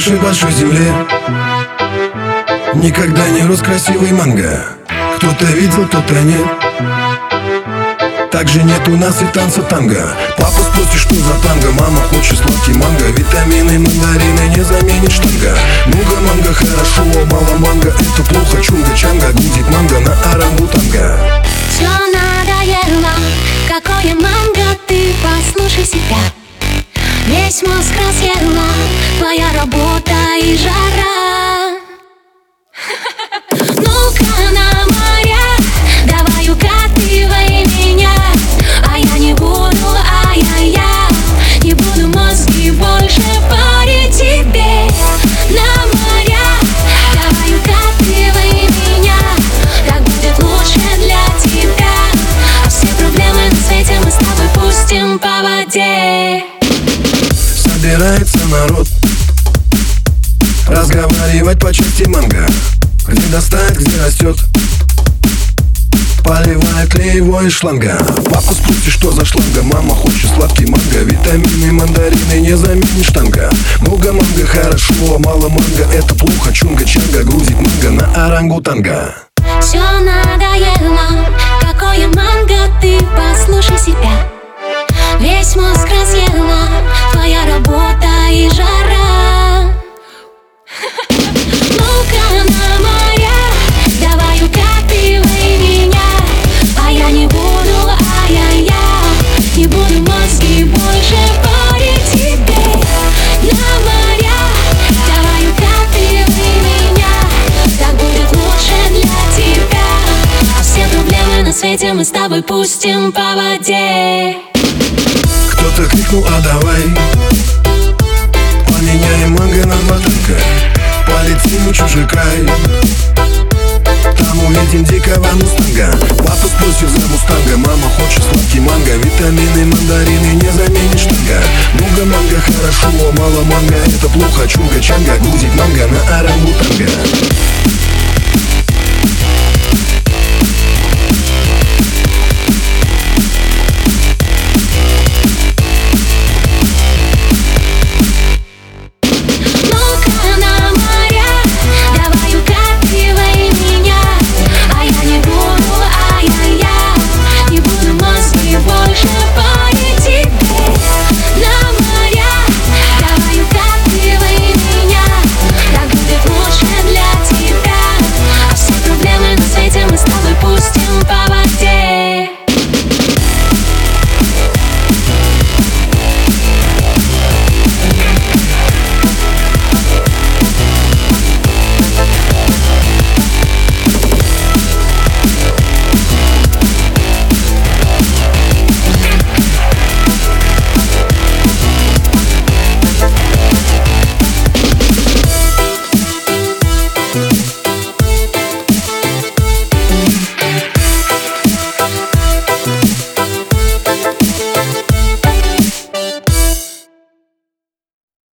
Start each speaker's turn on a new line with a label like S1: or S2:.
S1: нашей большой земле никогда не рос красивый манго. Кто-то видел, кто-то нет. Также нет у нас и танца танго. Папа спросит, что за танго, мама хочет сладкий манго. Витамины, мандарины не заменит штанга. Много манго хорошо, мало манго это плохо. Чунга-чанга гудит манго на орангутанга.
S2: Все надоело, какое манго, ты послушай себя. Весь мозг разъела твоя работа и жара. Ну-ка на моря, давай укатывай меня. А я не буду, ай-яй-я, не буду мозги больше парить тебе. На моря, давай укатывай меня, так будет лучше для тебя. А все проблемы на свете мы с тобой пустим по воде.
S1: Собирается народ разговаривать по части манго. Где достать, где растет, поливает ли его из шланга. Папу спросит, что за шланга, мама хочет сладкий манго. Витамины, мандарины не заменит штанга. Много манго хорошо, мало манго это плохо. Чунга-чанга грузит манго на орангутанга.
S2: Все надоело, какое манго, ты послушай себя. Весь мозг разъела твоя работа и жара. Ну-ка на моря, давай укатывай меня. А я не буду, ай-яй-я, не буду мозги больше парить тебе. На моря, давай укатывай меня, так будет лучше для тебя. А все проблемы на свете мы с тобой пустим по воде.
S1: Кто-то крикнул, а давай поменяем манго на ботанка. Полетим в чужой край, там увидим дикого мустанга. Папа спросит за мустанга, мама хочет сладкий манго. Витамины, мандарины не заменит штанга. Много манго хорошо, мало манго это плохо. Чунга-чанга грузит манго на орангутанга.